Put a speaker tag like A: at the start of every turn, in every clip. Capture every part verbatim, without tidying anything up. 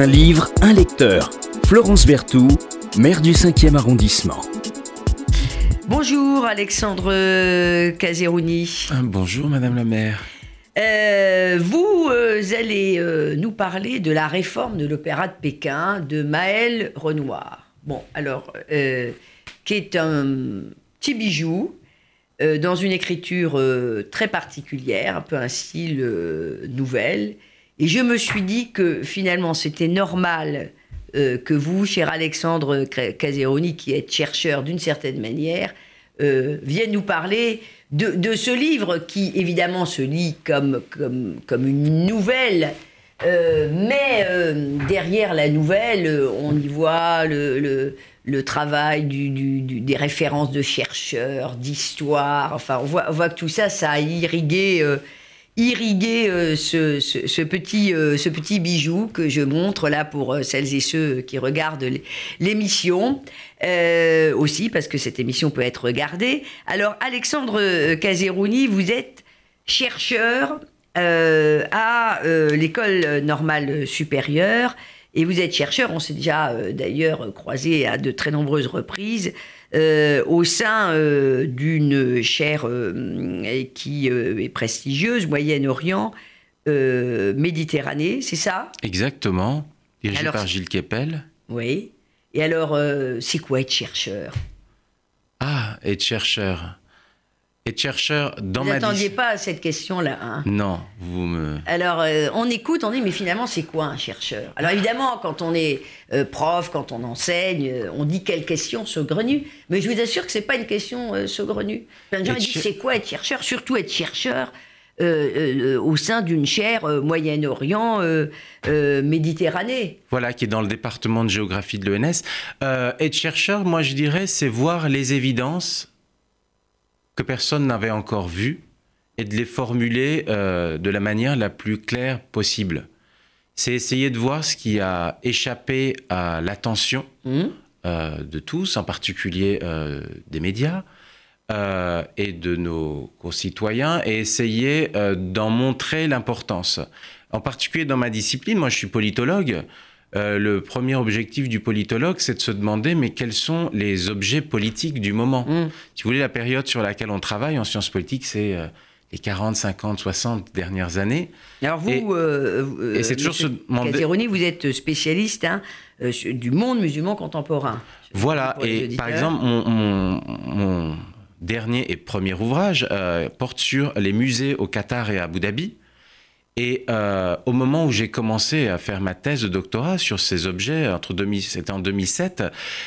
A: Un livre, un lecteur. Florence Berthoud, maire du cinquième arrondissement.
B: Bonjour Alexandre Caserouni.
C: Bonjour Madame la maire.
B: Euh, vous euh, allez euh, nous parler de la réforme de l'Opéra de Pékin de Maël Renoir. Bon, alors, euh, qui est un petit bijou euh, dans une écriture euh, très particulière, un peu un style euh, nouvelle. Et je me suis dit que finalement c'était normal euh, que vous, cher Alexandre Caserouni, qui êtes chercheur d'une certaine manière, euh, vienne nous parler de, de ce livre qui évidemment se lit comme, comme, comme une nouvelle, euh, mais euh, derrière la nouvelle, on y voit le, le, le travail du, du, du, des références de chercheurs, d'histoire, enfin on voit, on voit que tout ça, ça a irrigué... Euh, irriguer euh, ce, ce, ce, petit, euh, ce petit bijou que je montre là pour euh, celles et ceux qui regardent l'émission, euh, aussi parce que cette émission peut être regardée. Alors Alexandre Caserouni, vous êtes chercheur euh, à euh, l'école normale supérieure et vous êtes chercheur, on s'est déjà euh, d'ailleurs croisé à de très nombreuses reprises, Euh, au sein euh, d'une chaire euh, qui euh, est prestigieuse, Moyen-Orient, euh, Méditerranée, c'est ça ?
C: Exactement, dirigé
B: alors,
C: par Gilles Kepel.
B: Oui. Et alors, euh, c'est quoi être chercheur ?
C: Ah, être chercheur. Être chercheur dans
B: vous
C: ma...
B: Vous n'attendiez
C: dis...
B: pas à cette question-là, hein ?
C: Non, vous me...
B: Alors, euh, on écoute, on dit, mais finalement, c'est quoi un chercheur ? Alors, évidemment, quand on est euh, prof, quand on enseigne, euh, on dit quelle question saugrenue. Mais je vous assure que ce n'est pas une question euh, saugrenue. Plein de gens disent, ch... c'est quoi être chercheur ? Surtout être chercheur euh, euh, au sein d'une chaire euh, Moyen-Orient, euh, euh, Méditerranée.
C: Voilà, qui est dans le département de géographie de l'E N S. Euh, être chercheur, moi, je dirais, c'est voir les évidences que personne n'avait encore vues et de les formuler euh, de la manière la plus claire possible. C'est essayer de voir ce qui a échappé à l'attention mmh. euh, de tous, en particulier euh, des médias euh, et de nos concitoyens, et essayer euh, d'en montrer l'importance. En particulier dans ma discipline, moi je suis politologue. Euh, le premier objectif du politologue, c'est de se demander mais quels sont les objets politiques du moment. Mmh. Si vous voulez, la période sur laquelle on travaille en sciences politiques, c'est euh, les quarante, cinquante, soixante dernières années.
B: Alors vous,
C: et,
B: euh,
C: et c'est toujours se demander...
B: Caserouni, vous êtes spécialiste hein, euh, du monde musulman contemporain.
C: Voilà, et par exemple, mon, mon, mon dernier et premier ouvrage euh, porte sur les musées au Qatar et à Abu Dhabi. Et euh, au moment où j'ai commencé à faire ma thèse de doctorat sur ces objets, entre deux mille, c'était en deux mille sept,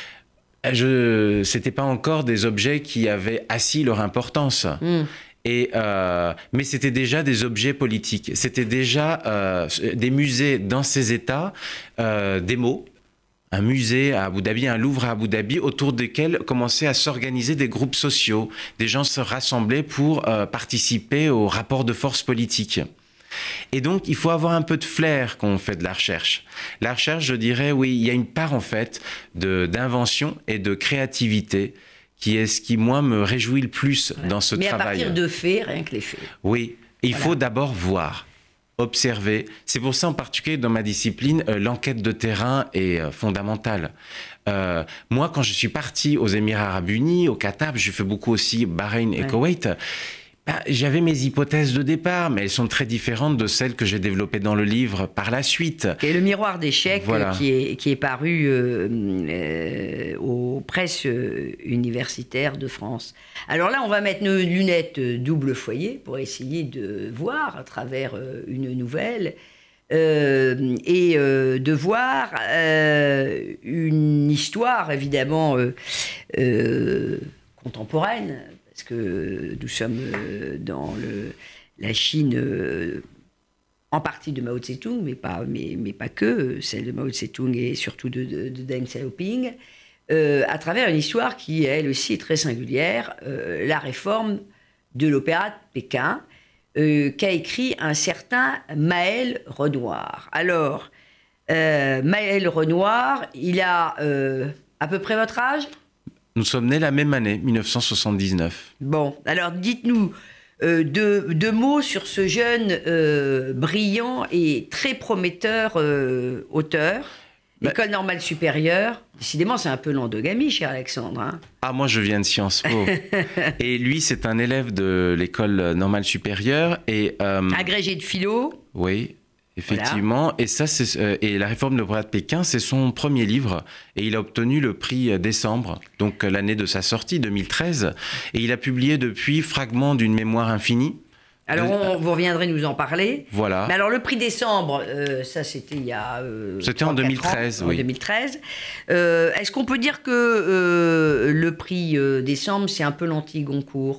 C: je, c'était pas encore des objets qui avaient assis leur importance. Mm. Et, euh, mais c'était déjà des objets politiques. C'était déjà euh, des musées dans ces États, euh, des mots. Un musée à Abu Dhabi, un Louvre à Abu Dhabi, autour desquels commençaient à s'organiser des groupes sociaux. Des gens se rassemblaient pour euh, participer au rapport de force politique. Et donc, il faut avoir un peu de flair quand on fait de la recherche. La recherche, je dirais, oui, il y a une part, en fait, de, d'invention et de créativité qui est ce qui, moi, me réjouit le plus ouais. dans ce
B: Mais
C: travail.
B: Mais à partir de faits, rien que les faits.
C: Oui, il voilà. faut d'abord voir, observer. C'est pour ça, en particulier, dans ma discipline, euh, l'enquête de terrain est euh, fondamentale. Euh, moi, quand je suis parti aux Émirats Arabes Unis, au Qatar, j'ai fait beaucoup aussi Bahreïn et ouais. Koweït. Ben, j'avais mes hypothèses de départ, mais elles sont très différentes de celles que j'ai développées dans le livre par la suite.
B: Et le miroir d'échecs
C: voilà.
B: qui, est, qui est paru euh, euh, aux presses universitaires de France. Alors là, on va mettre nos lunettes double foyer pour essayer de voir à travers une nouvelle euh, et euh, de voir euh, une histoire évidemment euh, euh, contemporaine. Parce que nous sommes dans le, la Chine, euh, en partie de Mao Tse-tung, mais pas, mais, mais pas que, celle de Mao Tse-tung et surtout de, de, de Deng Xiaoping, euh, à travers une histoire qui, elle aussi, est très singulière, euh, la réforme de l'Opéra de Pékin, euh, qu'a écrit un certain Maël Renoir. Alors, euh, Maël Renoir, il a euh, à peu près votre âge ?
C: Nous sommes nés la même année, mille neuf cent soixante-dix-neuf.
B: Bon, alors dites-nous, euh, deux, deux mots sur ce jeune euh, brillant et très prometteur euh, auteur.
C: Bah,
B: École normale supérieure. Décidément, c'est un peu l'endogamie, cher Alexandre. Hein.
C: Ah, moi, je viens de Sciences Po. Et lui, c'est un élève de l'école normale supérieure. Et, euh,
B: agrégé de philo.
C: Oui, effectivement. Voilà. Et, ça, c'est, euh, et La réforme de l'opéra de Pékin, c'est son premier livre. Et il a obtenu le prix Décembre, donc l'année de sa sortie, deux mille treize. Et il a publié depuis Fragments d'une mémoire infinie.
B: Alors, on, vous reviendrez nous en parler.
C: Voilà.
B: Mais alors, le prix Décembre, euh, ça, c'était il y a... Euh,
C: c'était en deux mille treize,
B: ans,
C: oui.
B: En deux mille treize. Euh, est-ce qu'on peut dire que euh, le prix euh, Décembre, c'est un peu l'anti-Goncourt?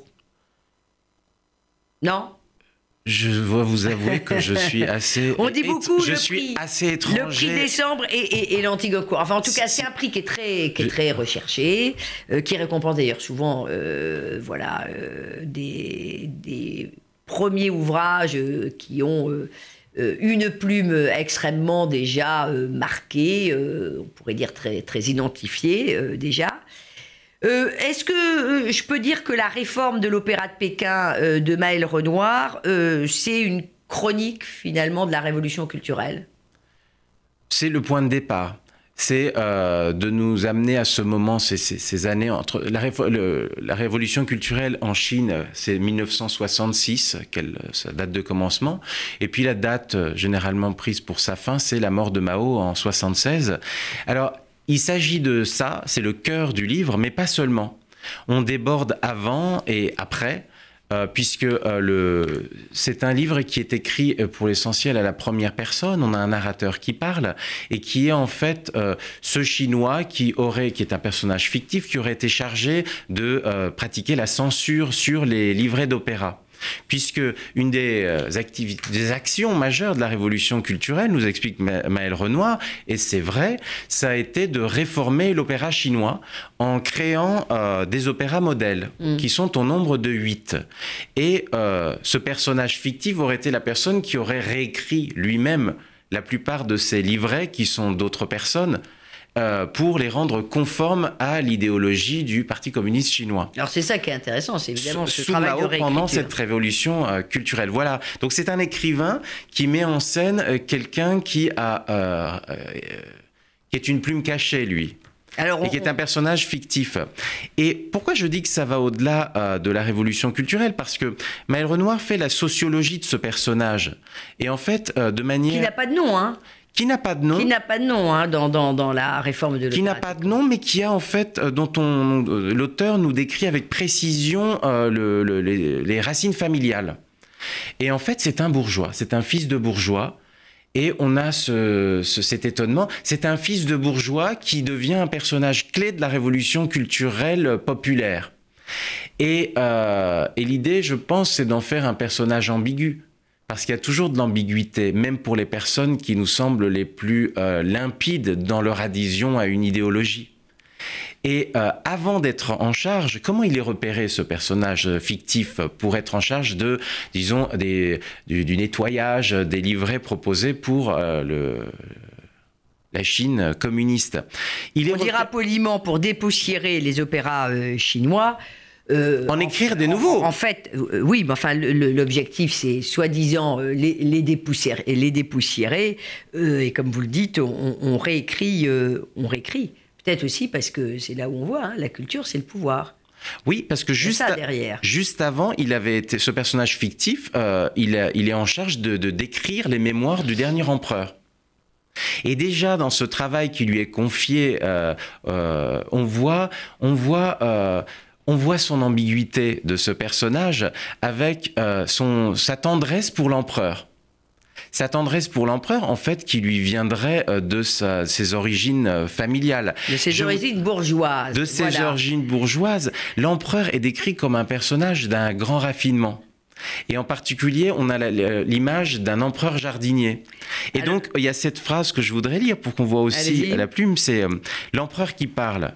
B: Non?
C: Je dois vous avouer que je suis assez...
B: On dit beaucoup
C: je
B: le
C: suis
B: prix,
C: assez étranger.
B: Le prix Décembre et, et, et l'anti-Goncourt. Enfin, en tout cas, c'est un prix qui est très, qui est très recherché, euh, qui récompense d'ailleurs souvent euh, voilà, euh, des... des premiers ouvrages euh, qui ont euh, euh, une plume extrêmement déjà euh, marquée, euh, on pourrait dire très, très identifiée euh, déjà. Euh, est-ce que euh, je peux dire que la réforme de l'Opéra de Pékin euh, de Maël Renoir, euh, c'est une chronique finalement de la révolution culturelle?
C: C'est le point de départ. C'est euh, de nous amener à ce moment, ces, ces, ces années entre la, révo- le, la révolution culturelle en Chine, c'est mille neuf cent soixante-six, quelle, sa date de commencement, et puis la date euh, généralement prise pour sa fin, c'est la mort de Mao en soixante-seize. Alors, il s'agit de ça, c'est le cœur du livre, mais pas seulement. On déborde avant et après. Euh, puisque euh, le... c'est un livre qui est écrit euh, pour l'essentiel à la première personne. On a un narrateur qui parle et qui est en fait euh, ce Chinois qui aurait, qui est un personnage fictif, qui aurait été chargé de euh, pratiquer la censure sur les livrets d'opéra. Puisque une des, euh, activités, des actions majeures de la révolution culturelle, nous explique Ma- Maël Renoir, et c'est vrai, ça a été de réformer l'opéra chinois en créant euh, des opéras modèles, mmh. qui sont au nombre de huit. Et euh, ce personnage fictif aurait été la personne qui aurait réécrit lui-même la plupart de ces livrets, qui sont d'autres personnes, Euh, pour les rendre conformes à l'idéologie du Parti communiste chinois.
B: Alors c'est ça qui est intéressant, c'est évidemment ce
C: Sous
B: travail
C: Mao,
B: de réécriture.
C: pendant cette révolution euh, culturelle. Voilà. Donc c'est un écrivain qui met en scène euh, quelqu'un qui a euh, euh, qui est une plume cachée, lui. Alors, on, et qui est un personnage fictif. Et pourquoi je dis que ça va au-delà euh, de la révolution culturelle? Parce que Maël Renoir fait la sociologie de ce personnage. Et en fait, euh, de manière...
B: Qui n'a pas de nom, hein?
C: Qui n'a pas de nom.
B: Qui n'a pas de nom hein, dans, dans, dans la réforme de l'opéra.
C: Qui n'a pas de nom, mais qui a en fait, euh, dont on, euh, l'auteur nous décrit avec précision euh, le, le, les, les racines familiales. Et en fait, c'est un bourgeois, c'est un fils de bourgeois. Et on a ce, ce, cet étonnement. C'est un fils de bourgeois qui devient un personnage clé de la révolution culturelle populaire. Et, euh, et l'idée, je pense, c'est d'en faire un personnage ambigu. Parce qu'il y a toujours de l'ambiguïté, même pour les personnes qui nous semblent les plus euh, limpides dans leur adhésion à une idéologie. Et euh, avant d'être en charge, comment il est repéré, ce personnage fictif, pour être en charge de, disons, des, du, du nettoyage des livrets proposés pour euh, le... la Chine communiste. Il
B: On
C: est
B: dira
C: repéré...
B: poliment, pour dépoussiérer les opéras euh, chinois.
C: Euh, en écrire en, des nouveaux.
B: En, en fait, euh, oui, mais enfin, le, le, l'objectif, c'est soi-disant euh, les, les dépoussiérer, les dépoussiérer euh, et comme vous le dites, on, on réécrit, euh, on réécrit. Peut-être aussi parce que c'est là où on voit, hein, la culture, c'est le pouvoir.
C: Oui, parce que juste,
B: ça, derrière.
C: juste avant, il avait été, ce personnage fictif, euh, il, a, il est en charge de, de décrire les mémoires du dernier empereur. Et déjà, dans ce travail qui lui est confié, euh, euh, on voit... On voit euh, On voit son ambiguïté de ce personnage avec euh, son, sa tendresse pour l'empereur. Sa tendresse pour l'empereur, en fait, qui lui viendrait euh, de sa, ses origines euh, familiales.
B: De ses
C: Je,
B: origines bourgeoises.
C: De ses
B: voilà.
C: origines bourgeoises. L'empereur est décrit comme un personnage d'un grand raffinement. Et en particulier, on a la, la, l'image d'un empereur jardinier. Et Alors, donc, il y a cette phrase que je voudrais lire pour qu'on voit aussi allez-y. La plume, c'est euh, l'empereur qui parle.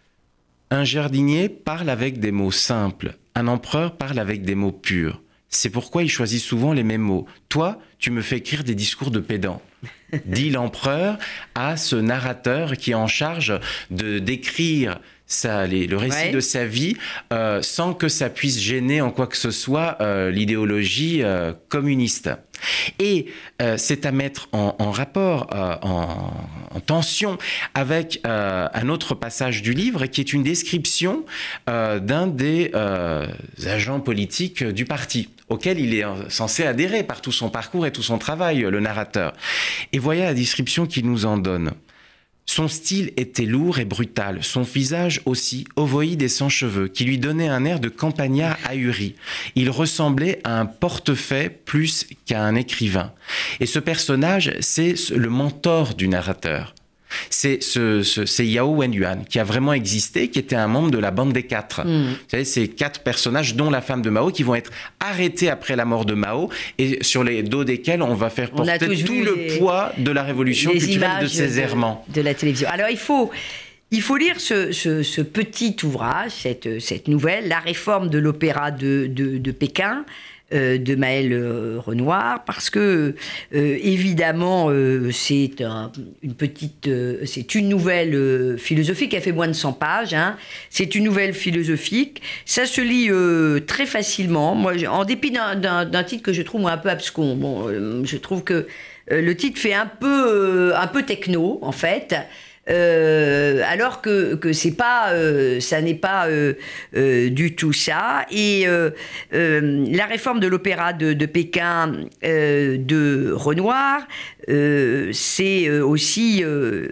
C: Un jardinier parle avec des mots simples. Un empereur parle avec des mots purs. C'est pourquoi il choisit souvent les mêmes mots. Toi, tu me fais écrire des discours de pédant. Dit l'empereur à ce narrateur qui est en charge de décrire Ça, les, le récit ouais. de sa vie euh, sans que ça puisse gêner en quoi que ce soit euh, l'idéologie euh, communiste. Et euh, c'est à mettre en, en rapport, euh, en, en tension avec euh, un autre passage du livre qui est une description euh, d'un des euh, agents politiques du parti, auquel il est censé adhérer par tout son parcours et tout son travail, le narrateur. Et voyez la description qu'il nous en donne. Son style était lourd et brutal, son visage aussi, ovoïde et sans cheveux, qui lui donnait un air de campagnard ahuri. Il ressemblait à un portefaix plus qu'à un écrivain. Et ce personnage, c'est le mentor du narrateur. C'est, ce, ce, c'est Yao Wenyuan, qui a vraiment existé, qui était un membre de la bande des quatre. Mmh. Vous savez, ces quatre personnages, dont la femme de Mao, qui vont être arrêtés après la mort de Mao, et sur les dos desquels on va faire porter tout le les, poids de la révolution culturelle, de ses errements.
B: De, de la télévision. Alors, il faut... Il faut lire ce, ce, ce petit ouvrage, cette, cette nouvelle, La réforme de l'opéra de, de, de Pékin, euh, de Maël euh, Renoir, parce que, euh, évidemment, euh, c'est un, une petite... Euh, c'est une nouvelle euh, philosophique, elle fait moins de cent pages, hein. C'est une nouvelle philosophique. Ça se lit euh, très facilement. Moi, en dépit d'un, d'un, d'un titre que je trouve moi, un peu abscon. Bon, euh, je trouve que euh, le titre fait un peu, euh, un peu techno, en fait. Euh, alors que, que c'est pas, euh, ça n'est pas euh, euh, du tout ça. Et euh, euh, la réforme de l'opéra de, de Pékin euh, de Renoir, euh, c'est aussi euh,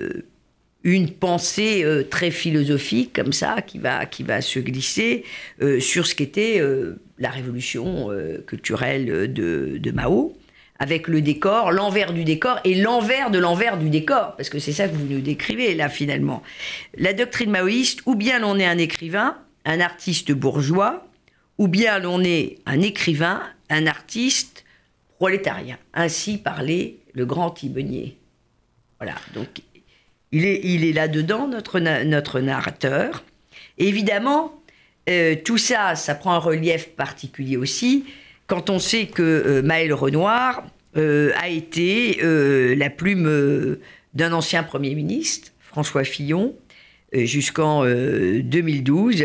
B: une pensée euh, très philosophique comme ça qui va, qui va se glisser euh, sur ce qu'était euh, la révolution euh, culturelle de, de Mao. Avec le décor, l'envers du décor et l'envers de l'envers du décor, parce que c'est ça que vous nous décrivez là finalement. La doctrine maoïste, ou bien l'on est un écrivain, un artiste bourgeois, ou bien l'on est un écrivain, un artiste prolétarien. Ainsi parlait le grand Thibonnier. Voilà, donc il est, il est là-dedans, notre, notre narrateur. Et évidemment, euh, tout ça, ça prend un relief particulier aussi, quand on sait que euh, Maël Renoir euh, a été euh, la plume euh, d'un ancien Premier ministre, François Fillon, euh, jusqu'en euh, deux mille douze,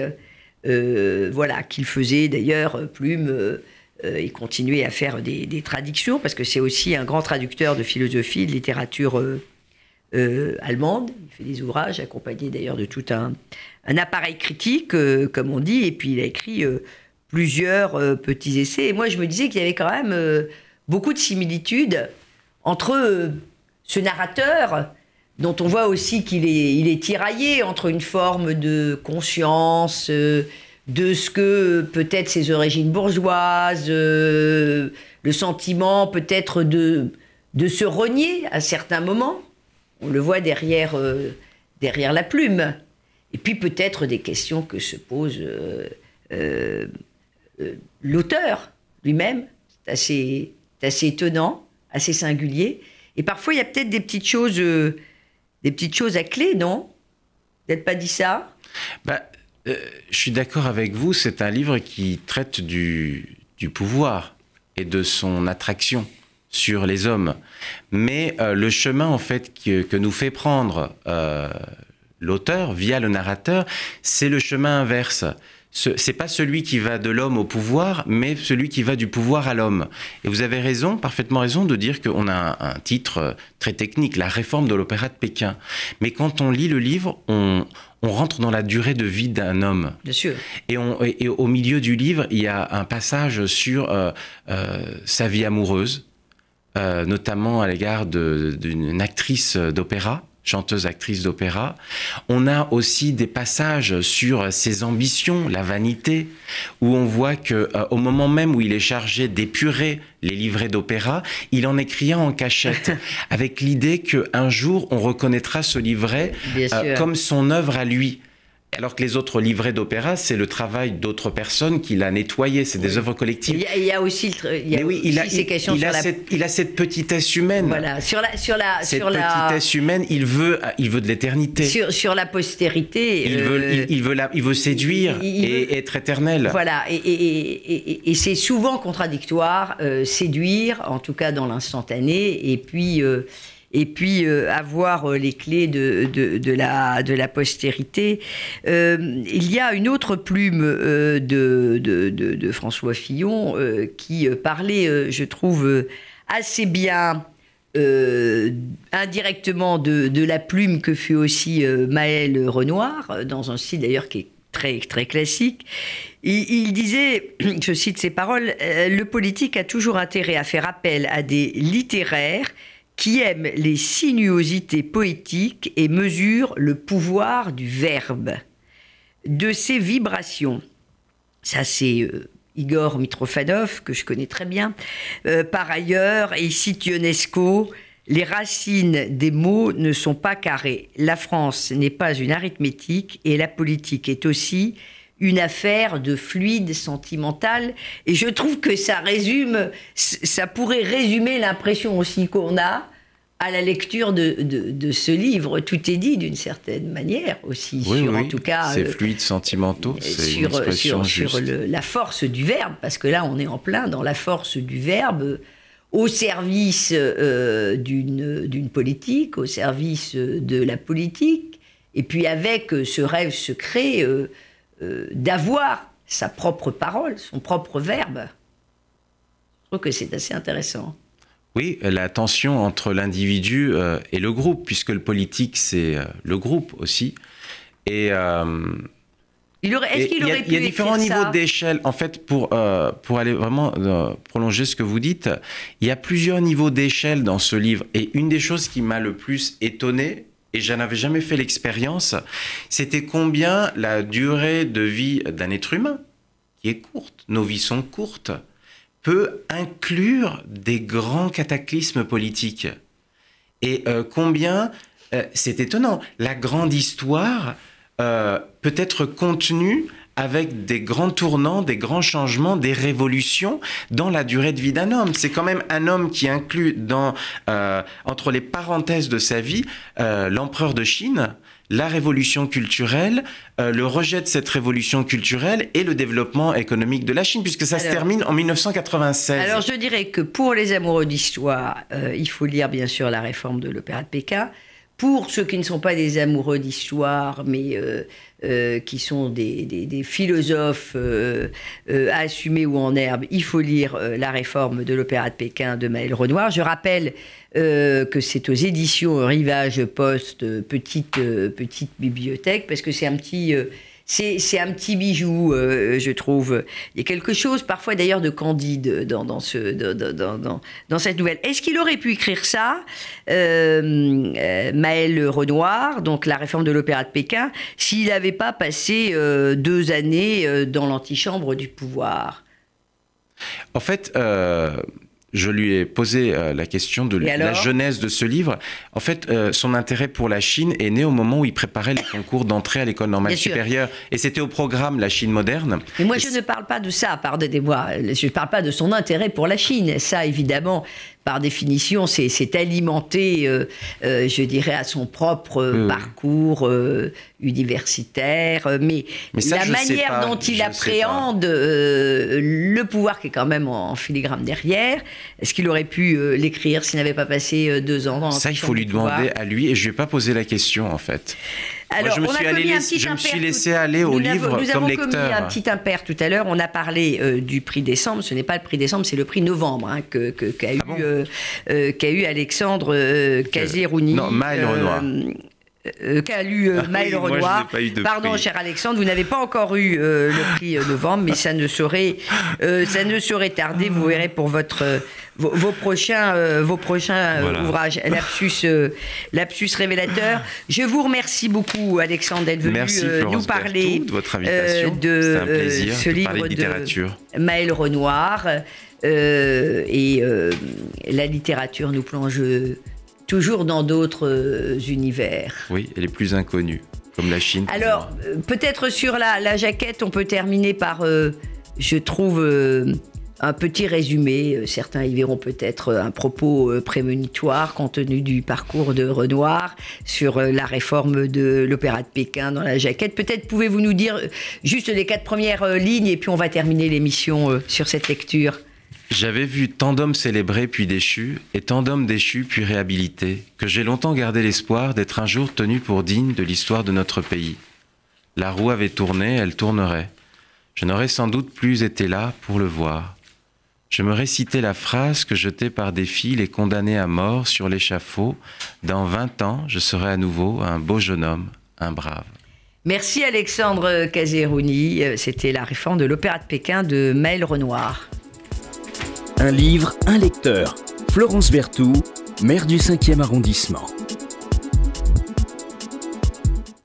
B: euh, voilà, qu'il faisait d'ailleurs plume, euh, euh, et continuait à faire des, des traductions, parce que c'est aussi un grand traducteur de philosophie, de littérature euh, euh, allemande. Il fait des ouvrages, accompagnés d'ailleurs de tout un, un appareil critique, euh, comme on dit, et puis il a écrit... Euh, plusieurs euh, petits essais. Et moi, je me disais qu'il y avait quand même euh, beaucoup de similitudes entre euh, ce narrateur, dont on voit aussi qu'il est, il est tiraillé entre une forme de conscience, euh, de ce que peut-être ses origines bourgeoises, euh, le sentiment peut-être de, de se renier à certains moments. On le voit derrière, euh, derrière la plume. Et puis peut-être des questions que se pose... Euh, euh, Euh, l'auteur lui-même, c'est assez, c'est assez étonnant, assez singulier. Et parfois, il y a peut-être des petites choses, euh, des petites choses à clé, non ? Vous n'avez pas dit ça ?
C: Bah, euh, je suis d'accord avec vous, c'est un livre qui traite du, du pouvoir et de son attraction sur les hommes. Mais euh, le chemin, en fait, que, que nous fait prendre euh, l'auteur via le narrateur, c'est le chemin inverse. Ce n'est pas celui qui va de l'homme au pouvoir, mais celui qui va du pouvoir à l'homme. Et vous avez raison, parfaitement raison, de dire qu'on a un, un titre très technique, La réforme de l'opéra de Pékin. Mais quand on lit le livre, on, on rentre dans la durée de vie d'un homme.
B: Bien sûr.
C: Et, on, et, et au milieu du livre, il y a un passage sur euh, euh, sa vie amoureuse, euh, notamment à l'égard de, d'une actrice d'opéra, chanteuse, actrice d'opéra. On a aussi des passages sur ses ambitions, la vanité, où on voit que euh, au moment même où il est chargé d'épurer les livrets d'opéra, il en écrit un en cachette, avec l'idée qu'un jour on reconnaîtra ce livret euh, comme son œuvre à lui. Alors que les autres livrets d'opéra, c'est le travail d'autres personnes qu'il a nettoyé, c'est des oui. œuvres collectives.
B: Il y a, il y a aussi, il y a
C: oui,
B: aussi
C: il a,
B: ces questions
C: il,
B: sur
C: a
B: la...
C: cette, il a cette petitesse humaine.
B: Voilà, sur la, sur la,
C: cette
B: sur la...
C: petitesse humaine, il veut, il veut de l'éternité.
B: Sur, sur la postérité.
C: Il, euh... veut, il, il, veut la, il veut séduire il, il et veut... être éternel.
B: Voilà, et, et, et, et, et c'est souvent contradictoire, euh, séduire, en tout cas dans l'instantané, et puis... Euh, et puis euh, avoir euh, les clés de, de, de, la, de la postérité. Euh, il y a une autre plume euh, de, de, de, de François Fillon euh, qui euh, parlait, euh, je trouve, euh, assez bien, euh, indirectement, de, de la plume que fut aussi euh, Maël Renoir, dans un style d'ailleurs qui est très, très classique. Il, il disait, je cite ses paroles, euh, « Le politique a toujours intérêt à faire appel à des littéraires qui aiment les sinuosités poétiques et mesurent le pouvoir du verbe, de ses vibrations. » Ça, c'est euh, Igor Mitrofanov, que je connais très bien. Euh, par ailleurs, et il cite Ionesco, « Les racines des mots ne sont pas carrées. La France n'est pas une arithmétique et la politique est aussi une affaire de fluide sentimental. » Et je trouve que ça résume, ça pourrait résumer l'impression aussi qu'on a à la lecture de, de, de ce livre. Tout est dit d'une certaine manière aussi,
C: oui,
B: sur
C: oui,
B: en tout cas...
C: C'est
B: euh,
C: fluide, sentimentaux, c'est
B: sur,
C: une expression
B: sur,
C: juste.
B: sur le, la force du verbe, parce que là on est en plein dans la force du verbe, au service euh, d'une, d'une politique, au service de la politique, et puis avec ce rêve secret euh, euh, d'avoir sa propre parole, son propre verbe. Je trouve que c'est assez intéressant.
C: Oui, la tension entre l'individu euh, et le groupe, puisque le politique, c'est euh, le groupe aussi. Et... Euh,
B: Il aurait, est-ce qu'il aurait pu
C: Il y a différents
B: écrire
C: niveaux
B: ça
C: d'échelle. En fait, pour, euh, pour aller vraiment euh, prolonger ce que vous dites, il y a plusieurs niveaux d'échelle dans ce livre. Et une des choses qui m'a le plus étonné, et je n'avais jamais fait l'expérience, c'était combien la durée de vie d'un être humain, qui est courte, nos vies sont courtes, peut inclure des grands cataclysmes politiques. Et euh, combien, euh, c'est étonnant, la grande histoire... Euh, peut être contenu avec des grands tournants, des grands changements, des révolutions dans la durée de vie d'un homme. C'est quand même un homme qui inclut dans, euh, entre les parenthèses de sa vie euh, l'empereur de Chine, la révolution culturelle, euh, le rejet de cette révolution culturelle et le développement économique de la Chine, puisque ça alors, se termine en dix-neuf cent quatre-vingt-seize.
B: Alors je dirais que pour les amoureux d'histoire, euh, il faut lire bien sûr la réforme de l'Opéra de Pékin. Pour ceux qui ne sont pas des amoureux d'histoire, mais euh, euh, qui sont des, des, des philosophes euh, euh, assumés ou en herbe, il faut lire euh, la réforme de l'Opéra de Pékin de Maël Renoir. Je rappelle euh, que c'est aux éditions Rivage Post, euh, petite, euh, petite bibliothèque, parce que c'est un petit... Euh, C'est, c'est un petit bijou, euh, je trouve. Il y a quelque chose, parfois d'ailleurs, de candide dans, dans, ce, dans, dans, dans, dans cette nouvelle. Est-ce qu'il aurait pu écrire ça, euh, euh, Maël Renoir, donc la réforme de l'Opéra de Pékin, s'il n'avait pas passé euh, deux années euh, dans l'antichambre du pouvoir ?
C: En fait... Euh... Je lui ai posé euh, la question de la genèse de ce livre. En fait, euh, son intérêt pour la Chine est né au moment où il préparait les concours d'entrée à l'école normale Bien supérieure. Sûr. Et c'était au programme La Chine moderne.
B: Mais moi,
C: et
B: je
C: c'est...
B: ne parle pas de ça, pardonnez-moi. Je ne parle pas de son intérêt pour la Chine. Ça, évidemment, par définition, c'est, c'est alimenté, euh, euh, je dirais, à son propre euh, parcours euh, universitaire. Mais,
C: mais ça,
B: la manière dont il appréhende euh, le pouvoir, qui est quand même en, en filigrane derrière, est-ce qu'il aurait pu euh, l'écrire s'il n'avait pas passé euh, deux ans dans
C: ça, il faut lui demander à lui, et je ne lui ai pas posé la question, en fait.
B: Alors,
C: Moi, je me
B: on
C: suis,
B: a
C: allé
B: laissé,
C: je me suis laissé
B: tout,
C: aller au
B: nous
C: livre
B: avons, nous
C: comme
B: avons
C: lecteur.
B: Nous avons commis un petit impair tout à l'heure. On a parlé euh, du prix décembre. Ce n'est pas le prix décembre, c'est le prix novembre hein, que, que, qu'a, ah eu, bon euh, euh, qu'a eu Alexandre euh, Kazierouni.
C: Non, Maël Renoir.
B: Euh, Euh, qu'a lu euh, ah Maël oui, Renoir. Pardon,
C: prix.
B: cher Alexandre, vous n'avez pas encore eu euh, le prix euh, novembre, mais ça ne saurait, euh, ça ne saurait tarder. Vous verrez pour votre, euh, vos, vos prochains, euh, vos prochains euh, voilà. ouvrages. Lapsus, euh, lapsus révélateur. Je vous remercie beaucoup, Alexandre, d'être venu
C: Merci,
B: euh, nous parler
C: Berthoud, de votre invitation.
B: Euh, de
C: un plaisir
B: ce
C: de
B: livre
C: de littérature.
B: de Maël Renoir. Euh, et euh, la littérature nous plonge toujours dans d'autres euh, univers.
C: Oui, et les plus inconnus, comme la Chine.
B: Alors, euh, peut-être sur la, la jaquette, on peut terminer par, euh, je trouve, euh, un petit résumé. Certains y verront peut-être un propos euh, prémonitoire compte tenu du parcours de Renoir sur euh, la réforme de l'Opéra de Pékin dans la jaquette. Peut-être pouvez-vous nous dire juste les quatre premières euh, lignes et puis on va terminer l'émission euh, sur cette lecture.
C: J'avais vu tant d'hommes célébrés puis déchus, et tant d'hommes déchus puis réhabilités, que j'ai longtemps gardé l'espoir d'être un jour tenu pour digne de l'histoire de notre pays. La roue avait tourné, elle tournerait. Je n'aurais sans doute plus été là pour le voir. Je me récitais la phrase que jetait par défi les condamnés à mort sur l'échafaud. Dans vingt ans, je serai à nouveau un beau jeune homme, un brave.
B: Merci Alexandre Caserouni. C'était La réforme de l'Opéra de Pékin de Maël Renoir.
A: Un livre, un lecteur. Florence Berthoud, maire du cinquième arrondissement.